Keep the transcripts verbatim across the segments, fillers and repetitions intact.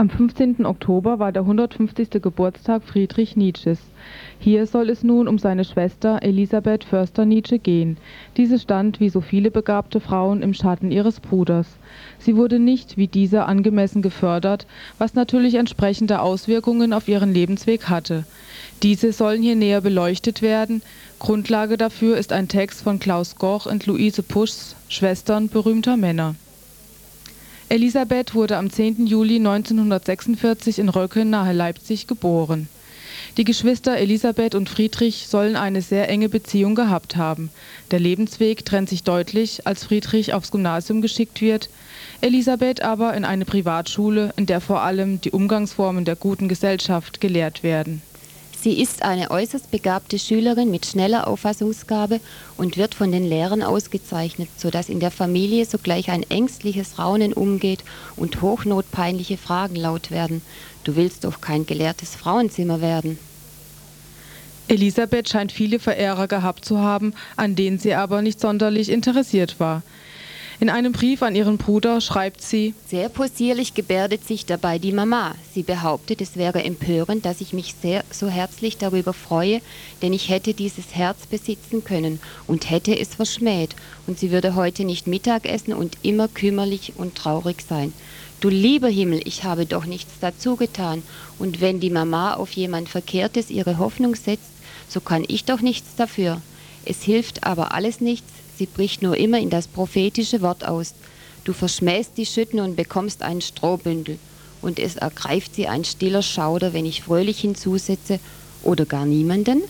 Am fünfzehnten Oktober war der hundertfünfzigste Geburtstag Friedrich Nietzsches. Hier soll es nun um seine Schwester Elisabeth Förster-Nietzsche gehen. Diese stand, wie so viele begabte Frauen, im Schatten ihres Bruders. Sie wurde nicht, wie dieser, angemessen gefördert, was natürlich entsprechende Auswirkungen auf ihren Lebensweg hatte. Diese sollen hier näher beleuchtet werden. Grundlage dafür ist ein Text von Klaus Goch und Luise Puschs Schwestern berühmter Männer. Elisabeth wurde am zehnten Juli neunzehnhundertsechsundvierzig in Röcken nahe Leipzig geboren. Die Geschwister Elisabeth und Friedrich sollen eine sehr enge Beziehung gehabt haben. Der Lebensweg trennt sich deutlich, als Friedrich aufs Gymnasium geschickt wird, Elisabeth aber in eine Privatschule, in der vor allem die Umgangsformen der guten Gesellschaft gelehrt werden. Sie ist eine äußerst begabte Schülerin mit schneller Auffassungsgabe und wird von den Lehrern ausgezeichnet, sodass in der Familie sogleich ein ängstliches Raunen umgeht und hochnotpeinliche Fragen laut werden. Du willst doch kein gelehrtes Frauenzimmer werden. Elisabeth scheint viele Verehrer gehabt zu haben, an denen sie aber nicht sonderlich interessiert war. In einem Brief an ihren Bruder schreibt sie: Sehr possierlich gebärdet sich dabei die Mama. Sie behauptet, es wäre empörend, dass ich mich sehr so herzlich darüber freue, denn ich hätte dieses Herz besitzen können und hätte es verschmäht. Und sie würde heute nicht Mittag essen und immer kümmerlich und traurig sein. Du lieber Himmel, ich habe doch nichts dazu getan. Und wenn die Mama auf jemand Verkehrtes ihre Hoffnung setzt, so kann ich doch nichts dafür. Es hilft aber alles nichts. Sie bricht nur immer in das prophetische Wort aus. Du verschmähst die Schütten und bekommst einen Strohbündel. Und es ergreift sie ein stiller Schauder, wenn ich fröhlich hinzusetze, oder gar niemanden?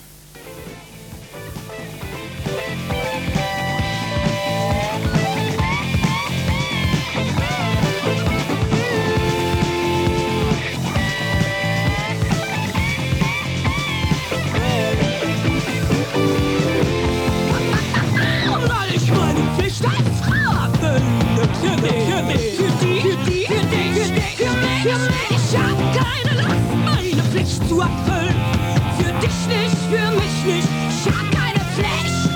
Ich hab keine Lust, meine Pflicht zu erfüllen. Für dich nicht, für mich nicht, ich hab keine Pflicht.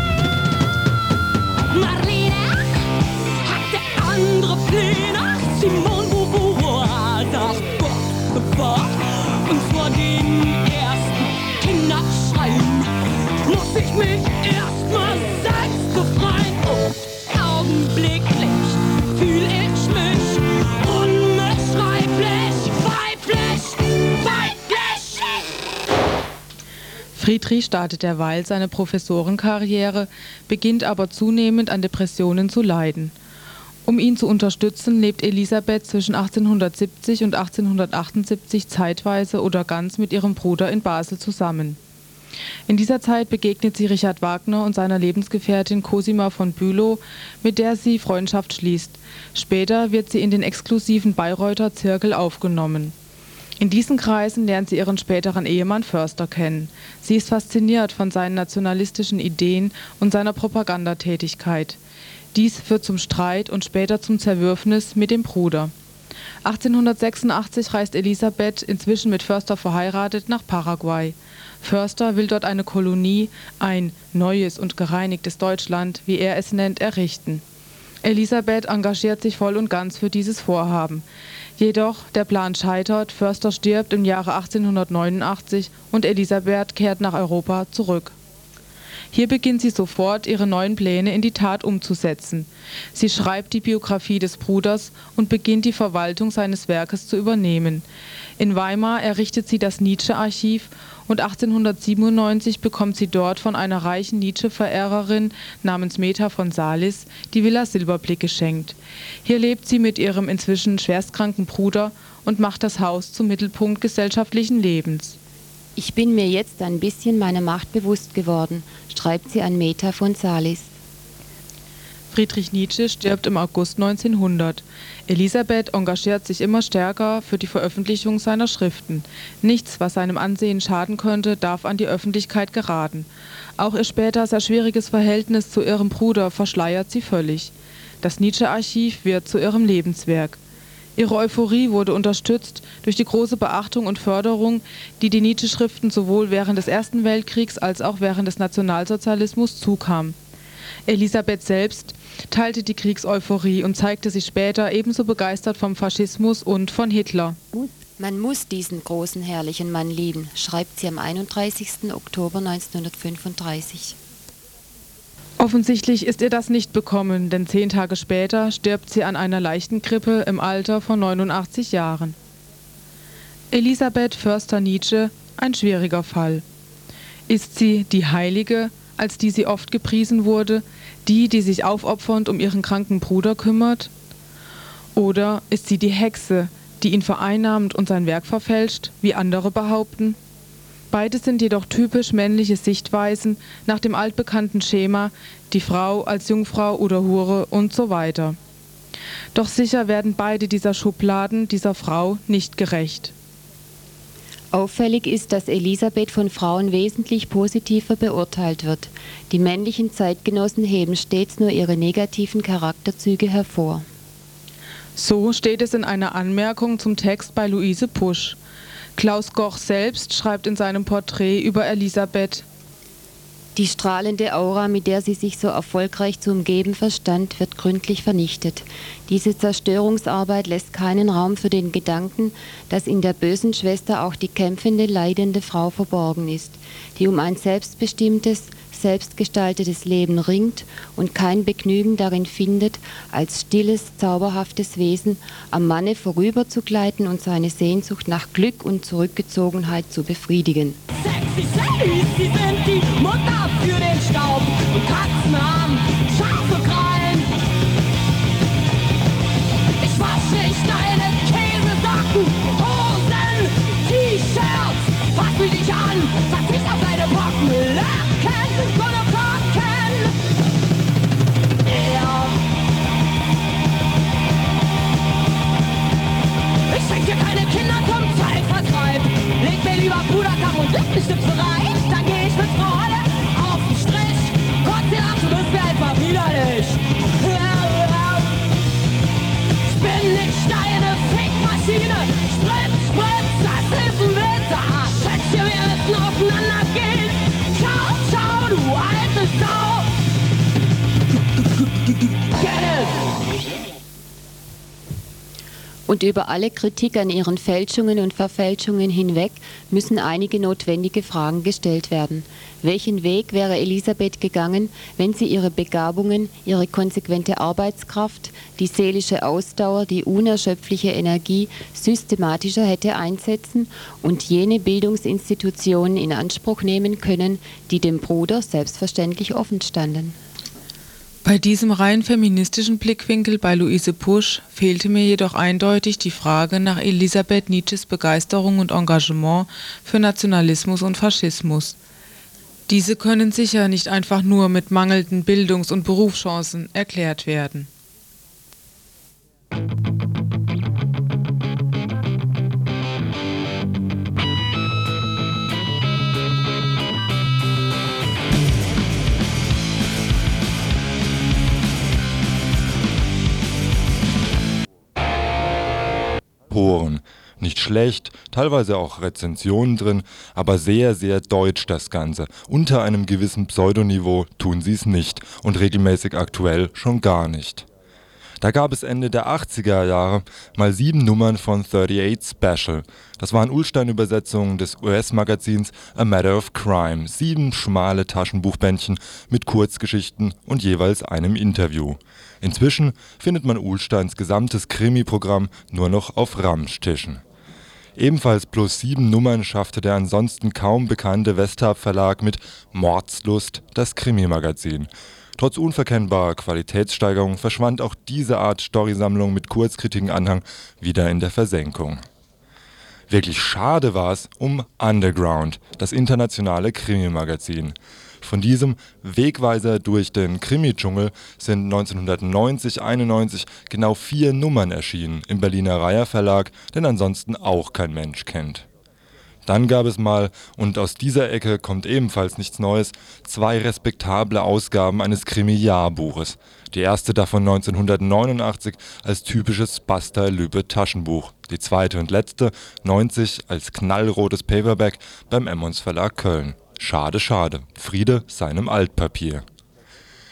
Marlene hatte andere Pläne. Simone Beauvoir das Gott bewahrt. Und vor den ersten Kinderschreien muss ich mich erstmal selbst befreien. Und augenblicklich fühl ich mich Friedrich startet derweil seine Professorenkarriere, beginnt aber zunehmend an Depressionen zu leiden. Um ihn zu unterstützen, lebt Elisabeth zwischen achtzehnhundertsiebzig und achtzehnhundertachtundsiebzig zeitweise oder ganz mit ihrem Bruder in Basel zusammen. In dieser Zeit begegnet sie Richard Wagner und seiner Lebensgefährtin Cosima von Bülow, mit der sie Freundschaft schließt. Später wird sie in den exklusiven Bayreuther Zirkel aufgenommen. In diesen Kreisen lernt sie ihren späteren Ehemann Förster kennen. Sie ist fasziniert von seinen nationalistischen Ideen und seiner Propagandatätigkeit. Dies führt zum Streit und später zum Zerwürfnis mit dem Bruder. achtzehnhundertsechsundachtzig reist Elisabeth, inzwischen mit Förster verheiratet, nach Paraguay. Förster will dort eine Kolonie, ein neues und gereinigtes Deutschland, wie er es nennt, errichten. Elisabeth engagiert sich voll und ganz für dieses Vorhaben. Jedoch, der Plan scheitert, Förster stirbt im Jahre achtzehnhundertneunundachtzig und Elisabeth kehrt nach Europa zurück. Hier beginnt sie sofort, ihre neuen Pläne in die Tat umzusetzen. Sie schreibt die Biografie des Bruders und beginnt die Verwaltung seines Werkes zu übernehmen. In Weimar errichtet sie das Nietzsche-Archiv und achtzehnhundertsiebenundneunzig bekommt sie dort von einer reichen Nietzsche-Verehrerin namens Meta von Salis die Villa Silberblick geschenkt. Hier lebt sie mit ihrem inzwischen schwerstkranken Bruder und macht das Haus zum Mittelpunkt gesellschaftlichen Lebens. Ich bin mir jetzt ein bisschen meiner Macht bewusst geworden, schreibt sie an Meta von Salis. Friedrich Nietzsche stirbt im August neunzehnhundert. Elisabeth engagiert sich immer stärker für die Veröffentlichung seiner Schriften. Nichts, was seinem Ansehen schaden könnte, darf an die Öffentlichkeit geraten. Auch ihr später sehr schwieriges Verhältnis zu ihrem Bruder verschleiert sie völlig. Das Nietzsche-Archiv wird zu ihrem Lebenswerk. Ihre Euphorie wurde unterstützt durch die große Beachtung und Förderung, die die Nietzsche-Schriften sowohl während des Ersten Weltkriegs als auch während des Nationalsozialismus zukam. Elisabeth selbst teilte die Kriegseuphorie und zeigte sich später ebenso begeistert vom Faschismus und von Hitler. Man muss diesen großen, herrlichen Mann lieben, schreibt sie am einunddreißigsten Oktober neunzehnhundertfünfunddreißig. Offensichtlich ist ihr das nicht bekommen, denn zehn Tage später stirbt sie an einer leichten Grippe im Alter von neunundachtzig Jahren. Elisabeth Förster-Nietzsche, ein schwieriger Fall. Ist sie die Heilige, als die sie oft gepriesen wurde, die, die sich aufopfernd um ihren kranken Bruder kümmert? Oder ist sie die Hexe, die ihn vereinnahmt und sein Werk verfälscht, wie andere behaupten? Beides sind jedoch typisch männliche Sichtweisen nach dem altbekannten Schema, die Frau als Jungfrau oder Hure und so weiter. Doch sicher werden beide dieser Schubladen dieser Frau nicht gerecht. Auffällig ist, dass Elisabeth von Frauen wesentlich positiver beurteilt wird. Die männlichen Zeitgenossen heben stets nur ihre negativen Charakterzüge hervor. So steht es in einer Anmerkung zum Text bei Luise Pusch. Klaus Goch selbst schreibt in seinem Porträt über Elisabeth: Die strahlende Aura, mit der sie sich so erfolgreich zu umgeben verstand, wird gründlich vernichtet. Diese Zerstörungsarbeit lässt keinen Raum für den Gedanken, dass in der bösen Schwester auch die kämpfende, leidende Frau verborgen ist, die um ein selbstbestimmtes, selbstgestaltetes Leben ringt und kein Begnügen darin findet, als stilles, zauberhaftes Wesen am Manne vorüberzugleiten und seine Sehnsucht nach Glück und Zurückgezogenheit zu befriedigen. Sexy Sallys, sie sind die Mutter für den Staub und Katzen haben scharfe Krallen. Ich wasch nicht deine Käsesocken, Hosen, T-Shirts, fass mich nicht an, verzicht auf deine Pocken, Lacken, gute Pocken. Ja. Ich schenk dir keine Kinder zum Zeitvertreib, leg mir lieber Puderkamm und Lippenstift bereit, dann geh ich mit Freude auf den Strich, kurz dir ab, du bist mir einfach widerlich. Ich bin nicht deine Fickmaschine, Spritz, Spritz, das ist ein Winter. Schätzchen, wir müssen aufeinander gehen. Ciao, ciao, du alte Sau. Get it! Und über alle Kritik an ihren Fälschungen und Verfälschungen hinweg müssen einige notwendige Fragen gestellt werden. Welchen Weg wäre Elisabeth gegangen, wenn sie ihre Begabungen, ihre konsequente Arbeitskraft, die seelische Ausdauer, die unerschöpfliche Energie systematischer hätte einsetzen und jene Bildungsinstitutionen in Anspruch nehmen können, die dem Bruder selbstverständlich offen standen? Bei diesem rein feministischen Blickwinkel bei Luise Pusch fehlte mir jedoch eindeutig die Frage nach Elisabeth Nietzsches Begeisterung und Engagement für Nationalismus und Faschismus. Diese können sicher nicht einfach nur mit mangelnden Bildungs- und Berufschancen erklärt werden. Poren. Nicht schlecht, teilweise auch Rezensionen drin, aber sehr, sehr deutsch das Ganze. Unter einem gewissen Pseudoniveau tun sie es nicht und regelmäßig aktuell schon gar nicht. Da gab es Ende der achtziger Jahre mal sieben Nummern von achtundachtzig Special. Das waren Ullstein-Übersetzungen des U S-Magazins A Matter of Crime. Sieben schmale Taschenbuchbändchen mit Kurzgeschichten und jeweils einem Interview. Inzwischen findet man Ullsteins gesamtes Krimi-Programm nur noch auf Ramschtischen. Ebenfalls plus sieben Nummern schaffte der ansonsten kaum bekannte Westhab Verlag mit Mordslust, das Krimi-Magazin. Trotz unverkennbarer Qualitätssteigerung verschwand auch diese Art Storysammlung mit Kurzkritikenanhang wieder in der Versenkung. Wirklich schade war es um Underground, das internationale Krimi-Magazin. Von diesem Wegweiser durch den Krimi-Dschungel sind neunzehnhundertneunzig einundneunzig genau vier Nummern erschienen im Berliner Reiher Verlag, den ansonsten auch kein Mensch kennt. Dann gab es mal, und aus dieser Ecke kommt ebenfalls nichts Neues, zwei respektable Ausgaben eines Krimi-Jahrbuches. Die erste davon neunzehnhundertneunundachtzig als typisches Basta-Lübbe-Taschenbuch. Die zweite und letzte, neunzig, als knallrotes Paperback beim Emmons Verlag Köln. Schade, schade. Friede seinem Altpapier.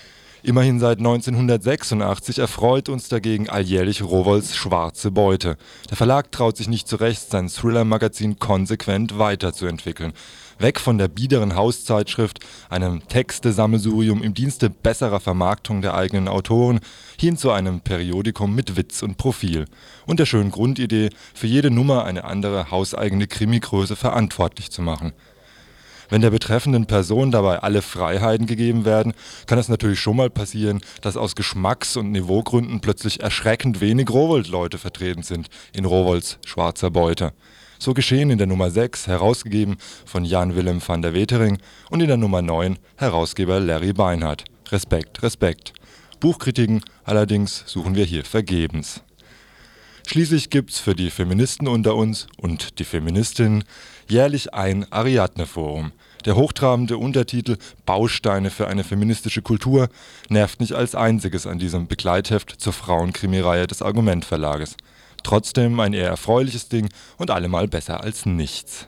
Immerhin seit neunzehnhundertsechsundachtzig erfreut uns dagegen alljährlich Rowohls Schwarze Beute. Der Verlag traut sich nicht zurecht, sein Thriller-Magazin konsequent weiterzuentwickeln. Weg von der biederen Hauszeitschrift, einem Texte-Sammelsurium im Dienste besserer Vermarktung der eigenen Autoren, hin zu einem Periodikum mit Witz und Profil. Und der schönen Grundidee, für jede Nummer eine andere hauseigene Krimigröße verantwortlich zu machen. Wenn der betreffenden Person dabei alle Freiheiten gegeben werden, kann es natürlich schon mal passieren, dass aus Geschmacks- und Niveaugründen plötzlich erschreckend wenig Rowohlt-Leute vertreten sind in Rowohls Schwarzer Beute. So geschehen in der Nummer sechs, herausgegeben von Jan Willem van der Wetering, und in der Nummer neun, Herausgeber Larry Beinhardt. Respekt, Respekt. Buchkritiken allerdings suchen wir hier vergebens. Schließlich gibt's für die Feministen unter uns und die Feministinnen jährlich ein Ariadne-Forum. Der hochtrabende Untertitel »Bausteine für eine feministische Kultur« nervt nicht als einziges an diesem Begleitheft zur Frauenkrimireihe des Argument-Verlages. Trotzdem ein eher erfreuliches Ding und allemal besser als nichts.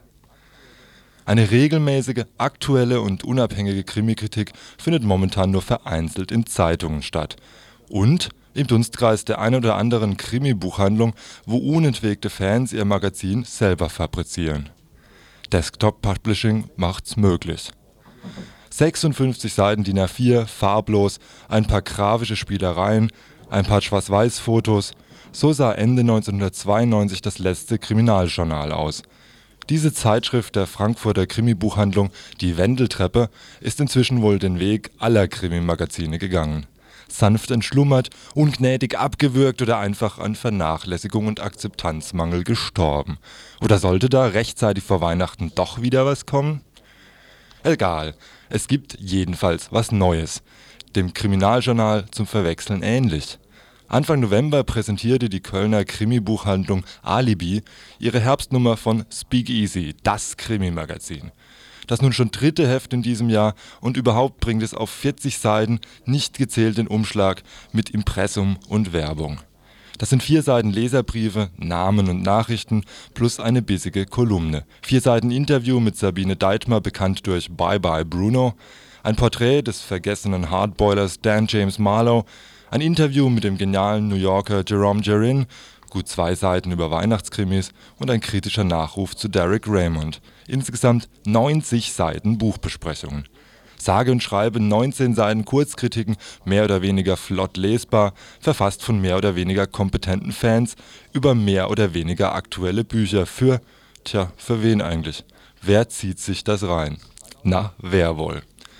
Eine regelmäßige, aktuelle und unabhängige Krimikritik findet momentan nur vereinzelt in Zeitungen statt. Und im Dunstkreis der ein oder anderen Krimi-Buchhandlung, wo unentwegte Fans ihr Magazin selber fabrizieren. Desktop Publishing macht's möglich. sechsundfünfzig Seiten D I N A vier, farblos, ein paar grafische Spielereien, ein paar Schwarz-Weiß-Fotos. So sah Ende neunzehnhundertzweiundneunzig das letzte Kriminaljournal aus. Diese Zeitschrift der Frankfurter Krimi-Buchhandlung, die Wendeltreppe, ist inzwischen wohl den Weg aller Krimi-Magazine gegangen. Sanft entschlummert, ungnädig abgewürgt oder einfach an Vernachlässigung und Akzeptanzmangel gestorben. Oder sollte da rechtzeitig vor Weihnachten doch wieder was kommen? Egal, es gibt jedenfalls was Neues. Dem Kriminaljournal zum Verwechseln ähnlich. Anfang November präsentierte die Kölner Krimi-Buchhandlung Alibi ihre Herbstnummer von Speakeasy, das Krimi-Magazin. Das nun schon dritte Heft in diesem Jahr und überhaupt bringt es auf vierzig Seiten, nicht gezählt den Umschlag, mit Impressum und Werbung. Das sind vier Seiten Leserbriefe, Namen und Nachrichten plus eine bissige Kolumne. Vier Seiten Interview mit Sabine Deitmer, bekannt durch Bye Bye Bruno, ein Porträt des vergessenen Hardboilers Dan James Marlowe, ein Interview mit dem genialen New Yorker Jerome Jarin, gut zwei Seiten über Weihnachtskrimis und ein kritischer Nachruf zu Derek Raymond. Insgesamt neunzig Seiten Buchbesprechungen. Sage und schreibe neunzehn Seiten Kurzkritiken, mehr oder weniger flott lesbar, verfasst von mehr oder weniger kompetenten Fans über mehr oder weniger aktuelle Bücher für, tja, für wen eigentlich? Wer zieht sich das rein? Na, wer wohl?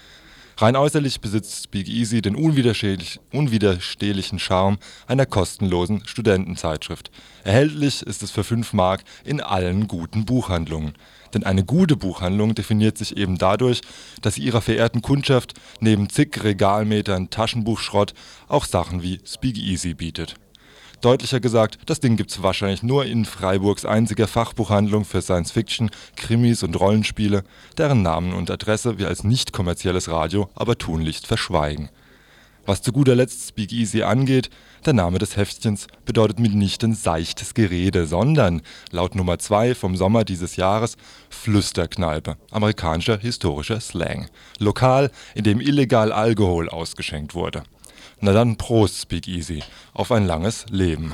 Rein äußerlich besitzt Speakeasy den unwiderstehlich, unwiderstehlichen Charme einer kostenlosen Studentenzeitschrift. Erhältlich ist es für fünf Mark in allen guten Buchhandlungen. Denn eine gute Buchhandlung definiert sich eben dadurch, dass sie ihrer verehrten Kundschaft neben zig Regalmetern Taschenbuchschrott auch Sachen wie Speakeasy bietet. Deutlicher gesagt, das Ding gibt's wahrscheinlich nur in Freiburgs einziger Fachbuchhandlung für Science-Fiction, Krimis und Rollenspiele, deren Namen und Adresse wir als nicht kommerzielles Radio aber tunlichst verschweigen. Was zu guter Letzt Speakeasy angeht, der Name des Heftchens bedeutet mitnichten seichtes Gerede, sondern, laut Nummer zwei vom Sommer dieses Jahres, Flüsterkneipe, amerikanischer historischer Slang. Lokal, in dem illegal Alkohol ausgeschenkt wurde. Na dann Prost, Speakeasy, auf ein langes Leben.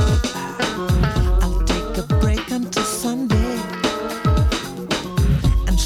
And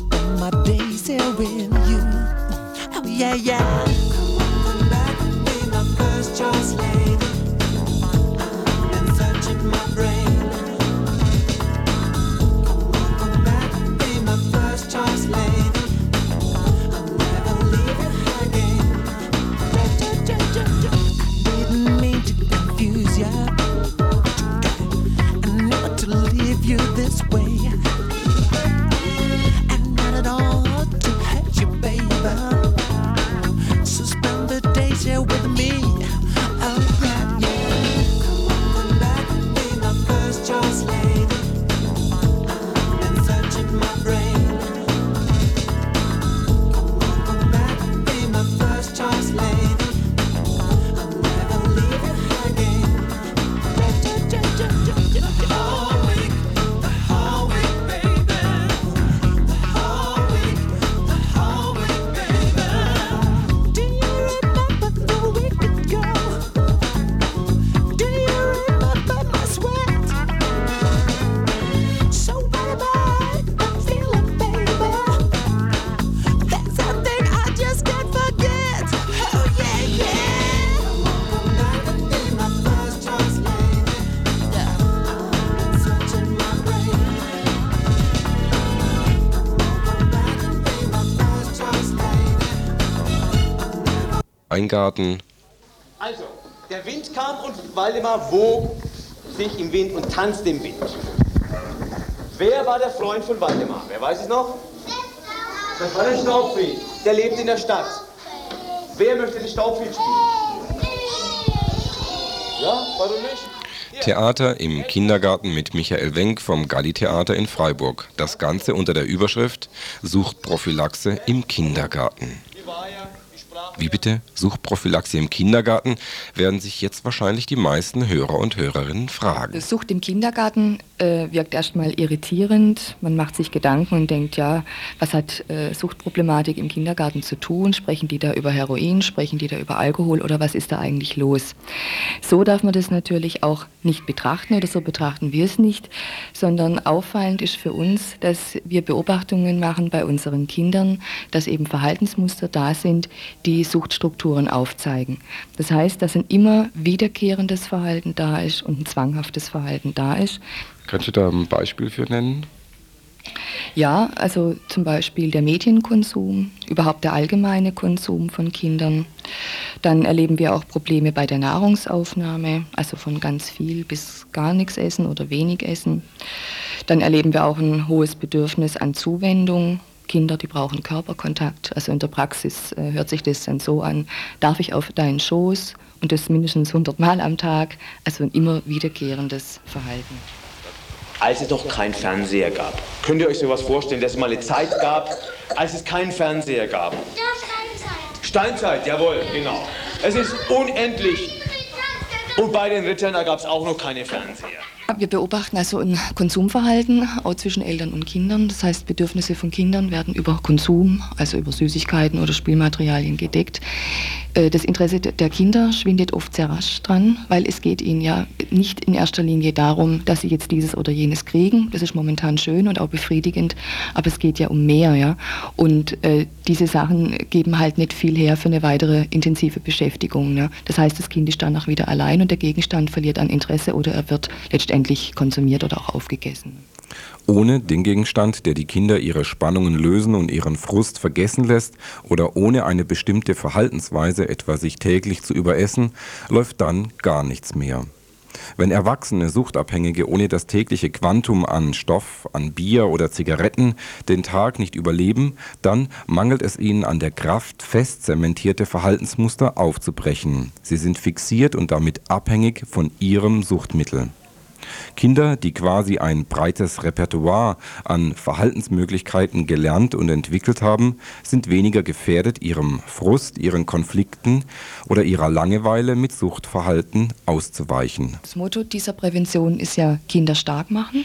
Weingarten. Also, der Wind kam und Waldemar wog sich im Wind und tanzte im Wind. Wer war der Freund von Waldemar? Wer weiß es noch? Das war der Staubfried. Der lebt in der Stadt. Wer möchte den Staubfried spielen? Ja, warum nicht? Hier. Theater im Kindergarten mit Michael Wenck vom Galli-Theater in Freiburg. Das Ganze unter der Überschrift Suchtprophylaxe im Kindergarten. Wie bitte? Suchtprophylaxe im Kindergarten? Werden sich jetzt wahrscheinlich die meisten Hörer und Hörerinnen fragen. Sucht im Kindergarten äh, wirkt erstmal irritierend. Man macht sich Gedanken und denkt, ja, was hat äh, Suchtproblematik im Kindergarten zu tun? Sprechen die da über Heroin? Sprechen die da über Alkohol? Oder was ist da eigentlich los? So darf man das natürlich auch nicht betrachten oder so betrachten wir es nicht, sondern auffallend ist für uns, dass wir Beobachtungen machen bei unseren Kindern, dass eben Verhaltensmuster da sind, die Suchtstrukturen aufzeigen. Das heißt, dass ein immer wiederkehrendes Verhalten da ist und ein zwanghaftes Verhalten da ist. Kannst du da ein Beispiel für nennen? Ja, also zum Beispiel der Medienkonsum, überhaupt der allgemeine Konsum von Kindern. Dann erleben wir auch Probleme bei der Nahrungsaufnahme, also von ganz viel bis gar nichts essen oder wenig essen. Dann erleben wir auch ein hohes Bedürfnis an Zuwendung. Kinder, die brauchen Körperkontakt. Also in der Praxis äh, hört sich das dann so an, darf ich auf deinen Schoß? Und das mindestens hundert Mal am Tag. Also ein immer wiederkehrendes Verhalten. Als es noch keinen Fernseher gab. Könnt ihr euch sowas vorstellen, dass es mal eine Zeit gab, als es keinen Fernseher gab? Ja, Steinzeit. Steinzeit, jawohl, genau. Es ist unendlich. Und bei den Rittern, da gab es auch noch keine Fernseher. Wir beobachten also ein Konsumverhalten auch zwischen Eltern und Kindern. Das heißt, Bedürfnisse von Kindern werden über Konsum, also über Süßigkeiten oder Spielmaterialien gedeckt. Das Interesse der Kinder schwindet oft sehr rasch dran, weil es geht ihnen ja nicht in erster Linie darum, dass sie jetzt dieses oder jenes kriegen. Das ist momentan schön und auch befriedigend, aber es geht ja um mehr. Ja? Und äh, diese Sachen geben halt nicht viel her für eine weitere intensive Beschäftigung. Ne? Das heißt, das Kind ist danach wieder allein und der Gegenstand verliert an Interesse oder er wird letztendlich konsumiert oder auch aufgegessen. Ohne den Gegenstand, der die Kinder ihre Spannungen lösen und ihren Frust vergessen lässt, oder ohne eine bestimmte Verhaltensweise, etwa sich täglich zu überessen, läuft dann gar nichts mehr. Wenn Erwachsene Suchtabhängige ohne das tägliche Quantum an Stoff, an Bier oder Zigaretten den Tag nicht überleben, dann mangelt es ihnen an der Kraft, fest zementierte Verhaltensmuster aufzubrechen. Sie sind fixiert und damit abhängig von ihrem Suchtmittel. Kinder, die quasi ein breites Repertoire an Verhaltensmöglichkeiten gelernt und entwickelt haben, sind weniger gefährdet, ihrem Frust, ihren Konflikten oder ihrer Langeweile mit Suchtverhalten auszuweichen. Das Motto dieser Prävention ist ja Kinder stark machen.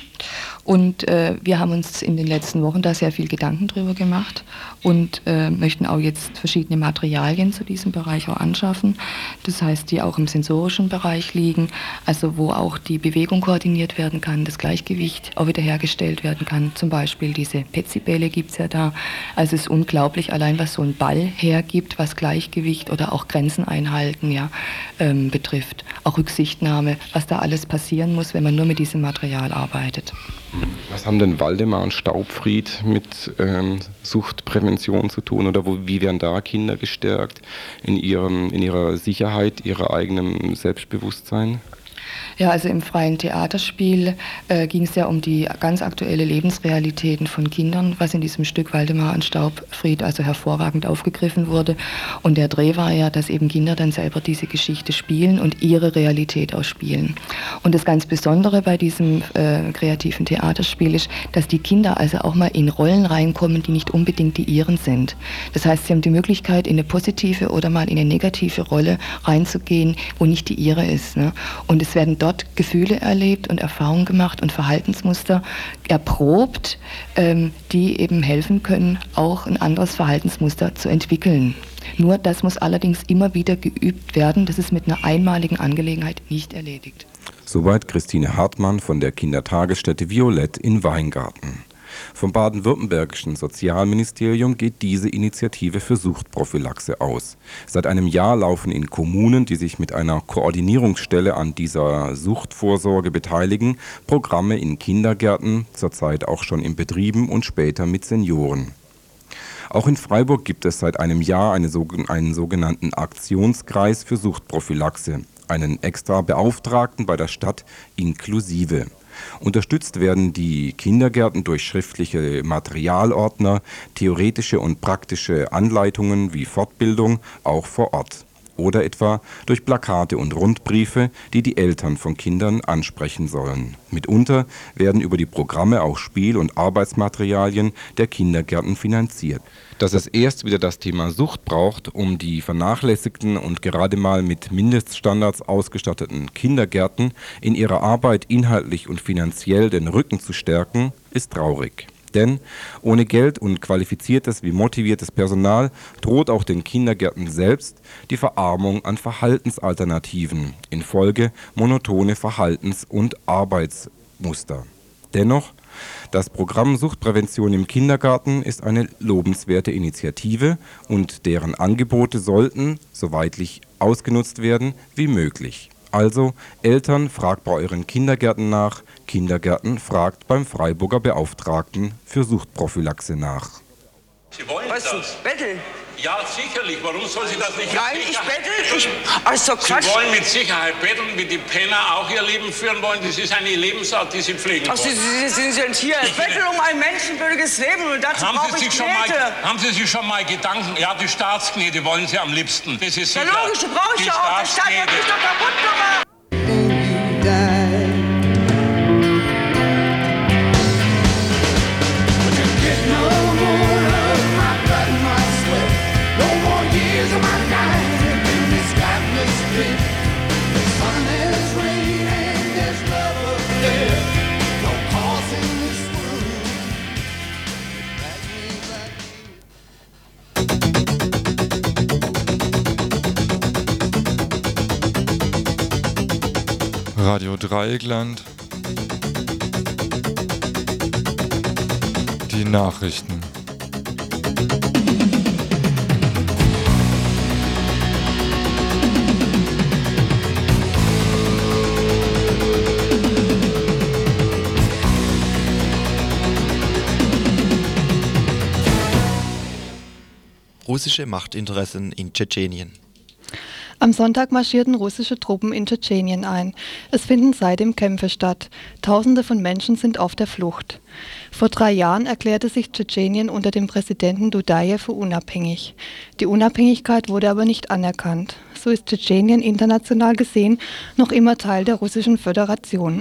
Und äh, wir haben uns in den letzten Wochen da sehr viel Gedanken drüber gemacht und äh, möchten auch jetzt verschiedene Materialien zu diesem Bereich auch anschaffen. Das heißt, die auch im sensorischen Bereich liegen, also wo auch die Bewegung koordiniert werden kann, das Gleichgewicht auch wiederhergestellt werden kann. Zum Beispiel diese Petsy-Bälle gibt es ja da. Also es ist unglaublich, allein was so ein Ball hergibt, was Gleichgewicht oder auch Grenzen einhalten ja, ähm, betrifft. Auch Rücksichtnahme, was da alles passieren muss, wenn man nur mit diesem Material arbeitet. Was haben denn Waldemar und Staubfried mit ähm, Suchtprävention zu tun? Oder wo, wie werden da Kinder gestärkt in, ihrem, in ihrer Sicherheit, ihrer eigenen Selbstbewusstsein? Ja, also im freien Theaterspiel äh, ging es ja um die ganz aktuelle Lebensrealitäten von Kindern, was in diesem Stück Waldemar und Staubfried also hervorragend aufgegriffen wurde. Und der Dreh war ja, dass eben Kinder dann selber diese Geschichte spielen und ihre Realität ausspielen. Und das ganz Besondere bei diesem äh, kreativen Theaterspiel ist, dass die Kinder also auch mal in Rollen reinkommen, die nicht unbedingt die ihren sind. Das heißt, sie haben die Möglichkeit, in eine positive oder mal in eine negative Rolle reinzugehen, wo nicht die ihre ist. Ne? Und es werden dort Gefühle erlebt und Erfahrungen gemacht und Verhaltensmuster erprobt, ähm, die eben helfen können, auch ein anderes Verhaltensmuster zu entwickeln. Nur das muss allerdings immer wieder geübt werden. Das ist mit einer einmaligen Angelegenheit nicht erledigt. Soweit Christine Hartmann von der Kindertagesstätte Violett in Weingarten. Vom baden-württembergischen Sozialministerium geht diese Initiative für Suchtprophylaxe aus. Seit einem Jahr laufen in Kommunen, die sich mit einer Koordinierungsstelle an dieser Suchtvorsorge beteiligen, Programme in Kindergärten, zurzeit auch schon in Betrieben und später mit Senioren. Auch in Freiburg gibt es seit einem Jahr eine, einen sogenannten Aktionskreis für Suchtprophylaxe, einen extra Beauftragten bei der Stadt inklusive. Unterstützt werden die Kindergärten durch schriftliche Materialordner, theoretische und praktische Anleitungen wie Fortbildung, auch vor Ort. Oder etwa durch Plakate und Rundbriefe, die die Eltern von Kindern ansprechen sollen. Mitunter werden über die Programme auch Spiel- und Arbeitsmaterialien der Kindergärten finanziert. Dass es erst wieder das Thema Sucht braucht, um die vernachlässigten und gerade mal mit Mindeststandards ausgestatteten Kindergärten in ihrer Arbeit inhaltlich und finanziell den Rücken zu stärken, ist traurig. Denn ohne Geld und qualifiziertes wie motiviertes Personal droht auch den Kindergärten selbst die Verarmung an Verhaltensalternativen infolge monotone Verhaltens- und Arbeitsmuster. Dennoch, das Programm Suchtprävention im Kindergarten ist eine lobenswerte Initiative und deren Angebote sollten, so weitlich ausgenutzt werden wie möglich. Also, Eltern, fragt bei euren Kindergärten nach, Kindergärten fragt beim Freiburger Beauftragten für Suchtprophylaxe nach. Sie wollen Was, das? betteln? Ja, sicherlich. Warum soll sie das nicht? Nein, ich bettel. Ich, also Quatsch. Sie wollen mit Sicherheit betteln, wie die Penner auch ihr Leben führen wollen. Das ist eine Lebensart, die sie pflegen wollen. Ach, Sie, Sie, Sie sind hier. Ich bettel um ein menschenwürdiges Leben und dazu haben brauche Sie ich sich schon mal, Knete. Haben Sie sich schon mal Gedanken, ja, die Staatsknete wollen Sie am liebsten. Das ist Ja, sicher. logisch, die brauche ich Die ja auch. Der Staat hat mich doch kaputt gemacht. Radio Dreieckland. Die Nachrichten. Russische Machtinteressen in Tschetschenien. Am Sonntag marschierten russische Truppen in Tschetschenien ein. Es finden seitdem Kämpfe statt. Tausende von Menschen sind auf der Flucht. Vor drei Jahren erklärte sich Tschetschenien unter dem Präsidenten Dudajew für unabhängig. Die Unabhängigkeit wurde aber nicht anerkannt. So ist Tschetschenien international gesehen noch immer Teil der Russischen Föderation.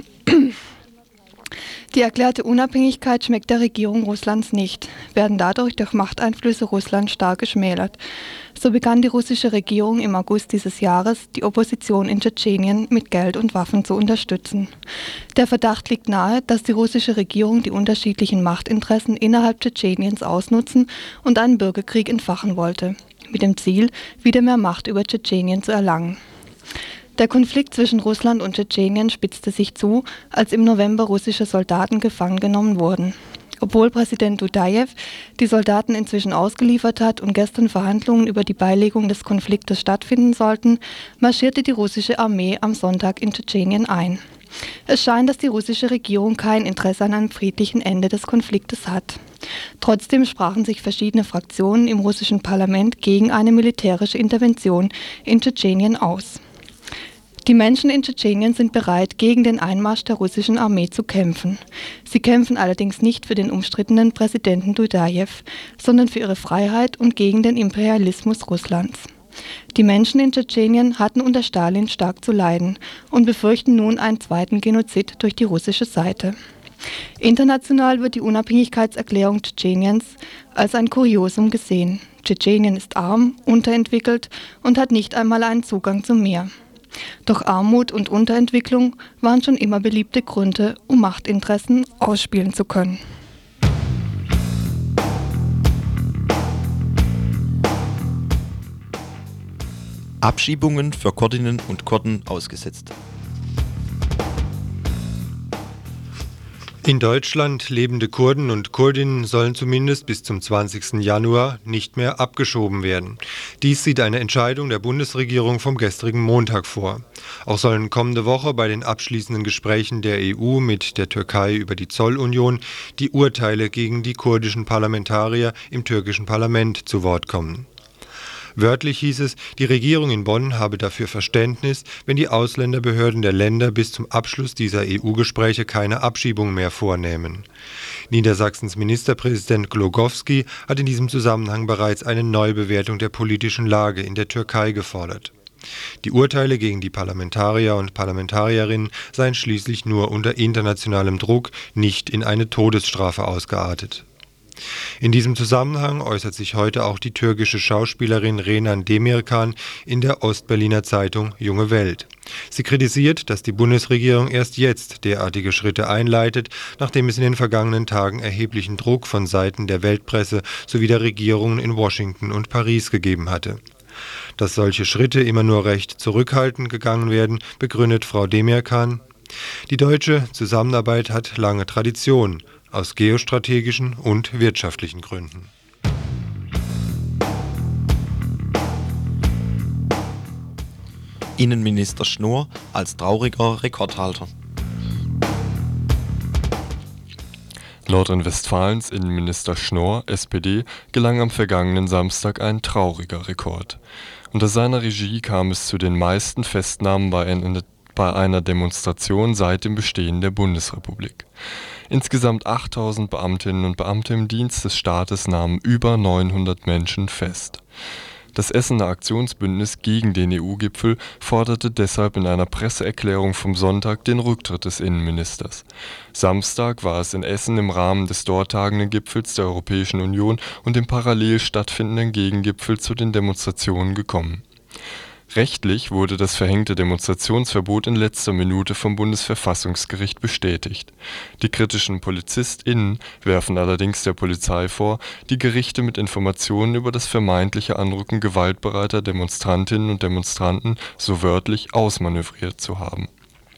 Die erklärte Unabhängigkeit schmeckt der Regierung Russlands nicht, werden dadurch durch Machteinflüsse Russlands stark geschmälert. So begann die russische Regierung im August dieses Jahres, die Opposition in Tschetschenien mit Geld und Waffen zu unterstützen. Der Verdacht liegt nahe, dass die russische Regierung die unterschiedlichen Machtinteressen innerhalb Tschetscheniens ausnutzen und einen Bürgerkrieg entfachen wollte, mit dem Ziel, wieder mehr Macht über Tschetschenien zu erlangen. Der Konflikt zwischen Russland und Tschetschenien spitzte sich zu, als im November russische Soldaten gefangen genommen wurden. Obwohl Präsident Dudajew die Soldaten inzwischen ausgeliefert hat und gestern Verhandlungen über die Beilegung des Konfliktes stattfinden sollten, marschierte die russische Armee am Sonntag in Tschetschenien ein. Es scheint, dass die russische Regierung kein Interesse an einem friedlichen Ende des Konfliktes hat. Trotzdem sprachen sich verschiedene Fraktionen im russischen Parlament gegen eine militärische Intervention in Tschetschenien aus. Die Menschen in Tschetschenien sind bereit, gegen den Einmarsch der russischen Armee zu kämpfen. Sie kämpfen allerdings nicht für den umstrittenen Präsidenten Dudajew, sondern für ihre Freiheit und gegen den Imperialismus Russlands. Die Menschen in Tschetschenien hatten unter Stalin stark zu leiden und befürchten nun einen zweiten Genozid durch die russische Seite. International wird die Unabhängigkeitserklärung Tschetscheniens als ein Kuriosum gesehen. Tschetschenien ist arm, unterentwickelt und hat nicht einmal einen Zugang zum Meer. Doch Armut und Unterentwicklung waren schon immer beliebte Gründe, um Machtinteressen ausspielen zu können. Abschiebungen für Kurdinnen und Kurden ausgesetzt. In Deutschland lebende Kurden und Kurdinnen sollen zumindest bis zum zwanzigsten Januar nicht mehr abgeschoben werden. Dies sieht eine Entscheidung der Bundesregierung vom gestrigen Montag vor. Auch sollen kommende Woche bei den abschließenden Gesprächen der E U mit der Türkei über die Zollunion die Urteile gegen die kurdischen Parlamentarier im türkischen Parlament zu Wort kommen. Wörtlich hieß es, die Regierung in Bonn habe dafür Verständnis, wenn die Ausländerbehörden der Länder bis zum Abschluss dieser E U-Gespräche keine Abschiebung mehr vornehmen. Niedersachsens Ministerpräsident Glogowski hat in diesem Zusammenhang bereits eine Neubewertung der politischen Lage in der Türkei gefordert. Die Urteile gegen die Parlamentarier und Parlamentarierinnen seien schließlich nur unter internationalem Druck, nicht in eine Todesstrafe ausgeartet. In diesem Zusammenhang äußert sich heute auch die türkische Schauspielerin Renan Demirkan in der Ostberliner Zeitung Junge Welt. Sie kritisiert, dass die Bundesregierung erst jetzt derartige Schritte einleitet, nachdem es in den vergangenen Tagen erheblichen Druck von Seiten der Weltpresse sowie der Regierungen in Washington und Paris gegeben hatte. Dass solche Schritte immer nur recht zurückhaltend gegangen werden, begründet Frau Demirkan. Die deutsche Zusammenarbeit hat lange Tradition, aus geostrategischen und wirtschaftlichen Gründen. Innenminister Schnoor als trauriger Rekordhalter. Nordrhein-Westfalens Innenminister Schnoor, S P D, gelang am vergangenen Samstag ein trauriger Rekord. Unter seiner Regie kam es zu den meisten Festnahmen bei einer, bei einer Demonstration seit dem Bestehen der Bundesrepublik. Insgesamt achttausend Beamtinnen und Beamte im Dienst des Staates nahmen über neunhundert Menschen fest. Das Essener Aktionsbündnis gegen den E U-Gipfel forderte deshalb in einer Presseerklärung vom Sonntag den Rücktritt des Innenministers. Samstag war es in Essen im Rahmen des dort tagenden Gipfels der Europäischen Union und dem parallel stattfindenden Gegengipfel zu den Demonstrationen gekommen. Rechtlich wurde das verhängte Demonstrationsverbot in letzter Minute vom Bundesverfassungsgericht bestätigt. Die kritischen PolizistInnen werfen allerdings der Polizei vor, die Gerichte mit Informationen über das vermeintliche Anrücken gewaltbereiter Demonstrantinnen und Demonstranten so wörtlich ausmanövriert zu haben.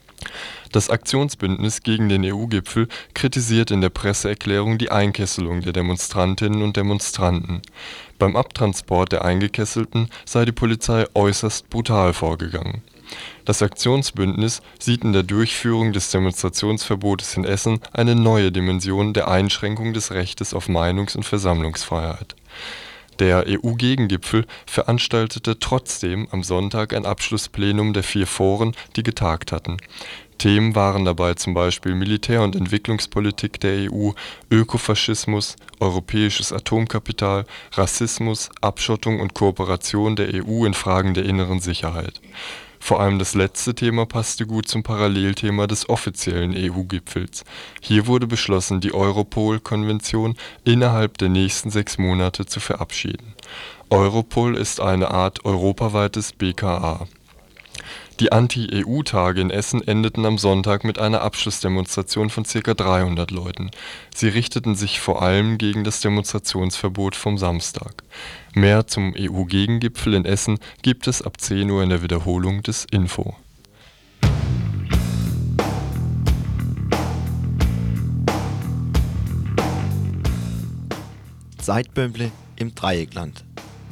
Das Aktionsbündnis gegen den E U-Gipfel kritisiert in der Presseerklärung die Einkesselung der Demonstrantinnen und Demonstranten. Beim Abtransport der Eingekesselten sei die Polizei äußerst brutal vorgegangen. Das Aktionsbündnis sieht in der Durchführung des Demonstrationsverbotes in Essen eine neue Dimension der Einschränkung des Rechtes auf Meinungs- und Versammlungsfreiheit. Der E U-Gegengipfel veranstaltete trotzdem am Sonntag ein Abschlussplenum der vier Foren, die getagt hatten. Themen waren dabei zum Beispiel Militär- und Entwicklungspolitik der E U, Ökofaschismus, europäisches Atomkapital, Rassismus, Abschottung und Kooperation der E U in Fragen der inneren Sicherheit. Vor allem das letzte Thema passte gut zum Parallelthema des offiziellen E U-Gipfels. Hier wurde beschlossen, die Europol-Konvention innerhalb der nächsten sechs Monate zu verabschieden. Europol ist eine Art europaweites B K A. Die Anti-E U-Tage in Essen endeten am Sonntag mit einer Abschlussdemonstration von ca. dreihundert Leuten. Sie richteten sich vor allem gegen das Demonstrationsverbot vom Samstag. Mehr zum E U-Gegengipfel in Essen gibt es ab zehn Uhr in der Wiederholung des Info. Zeitbömble im Dreieckland.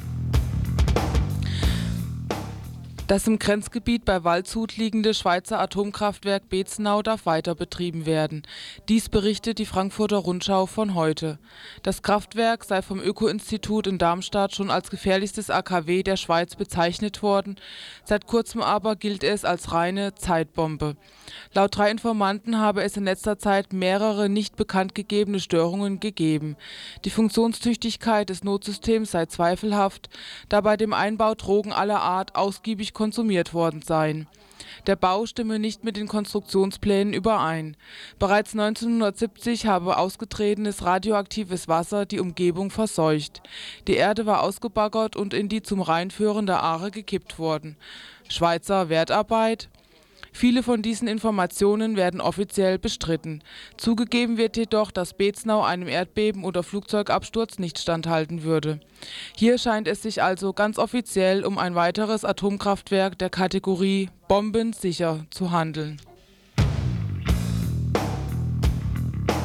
Das im Grenzgebiet bei Waldshut liegende Schweizer Atomkraftwerk Beeznau darf weiter betrieben werden. Dies berichtet die Frankfurter Rundschau von heute. Das Kraftwerk sei vom Öko-Institut in Darmstadt schon als gefährlichstes A K W der Schweiz bezeichnet worden. Seit kurzem aber gilt es als reine Zeitbombe. Laut drei Informanten habe es in letzter Zeit mehrere nicht bekannt gegebene Störungen gegeben. Die Funktionstüchtigkeit des Notsystems sei zweifelhaft, da bei dem Einbau Drogen aller Art ausgiebig konsumiert worden seien. Der Bau stimme nicht mit den Konstruktionsplänen überein. Bereits neunzehnhundertsiebzig habe ausgetretenes radioaktives Wasser die Umgebung verseucht. Die Erde war ausgebaggert und in die zum Rhein führende Aare gekippt worden. Schweizer Wertarbeit? Viele von diesen Informationen werden offiziell bestritten. Zugegeben wird jedoch, dass Beeznau einem Erdbeben oder Flugzeugabsturz nicht standhalten würde. Hier scheint es sich also ganz offiziell um ein weiteres Atomkraftwerk der Kategorie bombensicher zu handeln.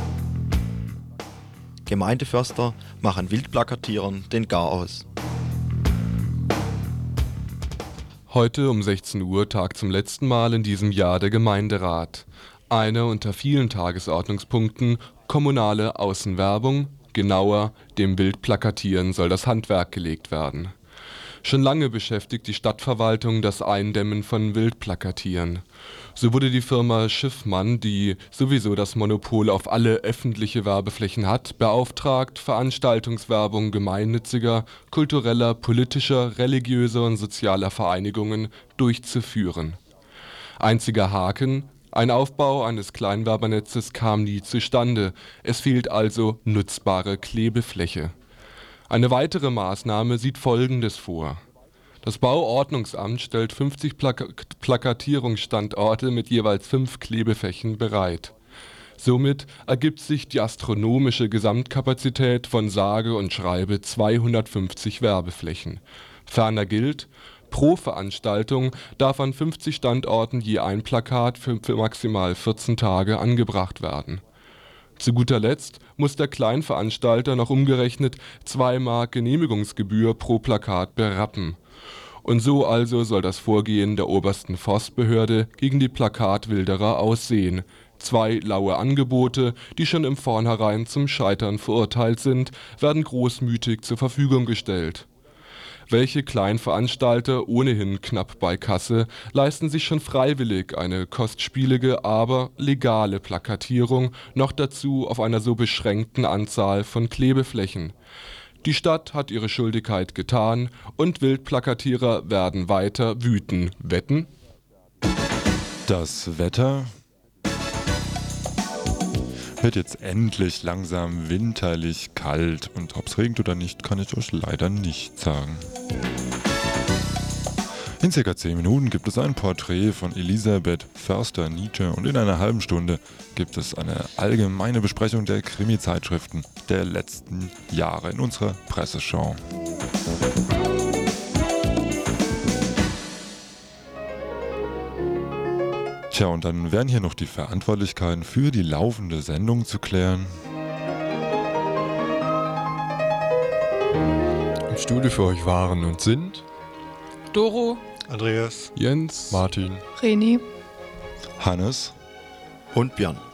Gemeindeförster machen Wildplakatierern den Garaus. Heute um sechzehn Uhr tagt zum letzten Mal in diesem Jahr der Gemeinderat. Einer unter vielen Tagesordnungspunkten: kommunale Außenwerbung, genauer dem Wildplakatieren soll das Handwerk gelegt werden. Schon lange beschäftigt die Stadtverwaltung das Eindämmen von Wildplakatieren. So wurde die Firma Schiffmann, die sowieso das Monopol auf alle öffentliche Werbeflächen hat, beauftragt, Veranstaltungswerbung gemeinnütziger, kultureller, politischer, religiöser und sozialer Vereinigungen durchzuführen. Einziger Haken: Ein Aufbau eines Kleinwerbernetzes kam nie zustande. Es fehlt also nutzbare Klebefläche. Eine weitere Maßnahme sieht Folgendes vor: Das Bauordnungsamt stellt fünfzig Plak- Plakatierungsstandorte mit jeweils fünf Klebeflächen bereit. Somit ergibt sich die astronomische Gesamtkapazität von sage und schreibe zweihundertfünfzig Werbeflächen. Ferner gilt: Pro Veranstaltung darf an fünfzig Standorten je ein Plakat für, für maximal vierzehn Tage angebracht werden. Zu guter Letzt muss der Kleinveranstalter noch umgerechnet zwei Mark Genehmigungsgebühr pro Plakat berappen. Und so also soll das Vorgehen der obersten Forstbehörde gegen die Plakatwilderer aussehen: Zwei laue Angebote, die schon im Vornherein zum Scheitern verurteilt sind, werden großmütig zur Verfügung gestellt. Welche Kleinveranstalter, ohnehin knapp bei Kasse, leisten sich schon freiwillig eine kostspielige, aber legale Plakatierung, noch dazu auf einer so beschränkten Anzahl von Klebeflächen? Die Stadt hat ihre Schuldigkeit getan und Wildplakatierer werden weiter wüten. Wetten? Das Wetter wird jetzt endlich langsam winterlich kalt, und ob es regnet oder nicht, kann ich euch leider nicht sagen. In circa zehn Minuten gibt es ein Porträt von Elisabeth Förster-Nietzsche und in einer halben Stunde gibt es eine allgemeine Besprechung der Krimi-Zeitschriften der letzten Jahre in unserer Presseschau. Tja, und dann wären hier noch die Verantwortlichkeiten für die laufende Sendung zu klären. Im Studio für euch waren und sind Doro, Andreas, Jens, Martin, Reni, Hannes und Björn.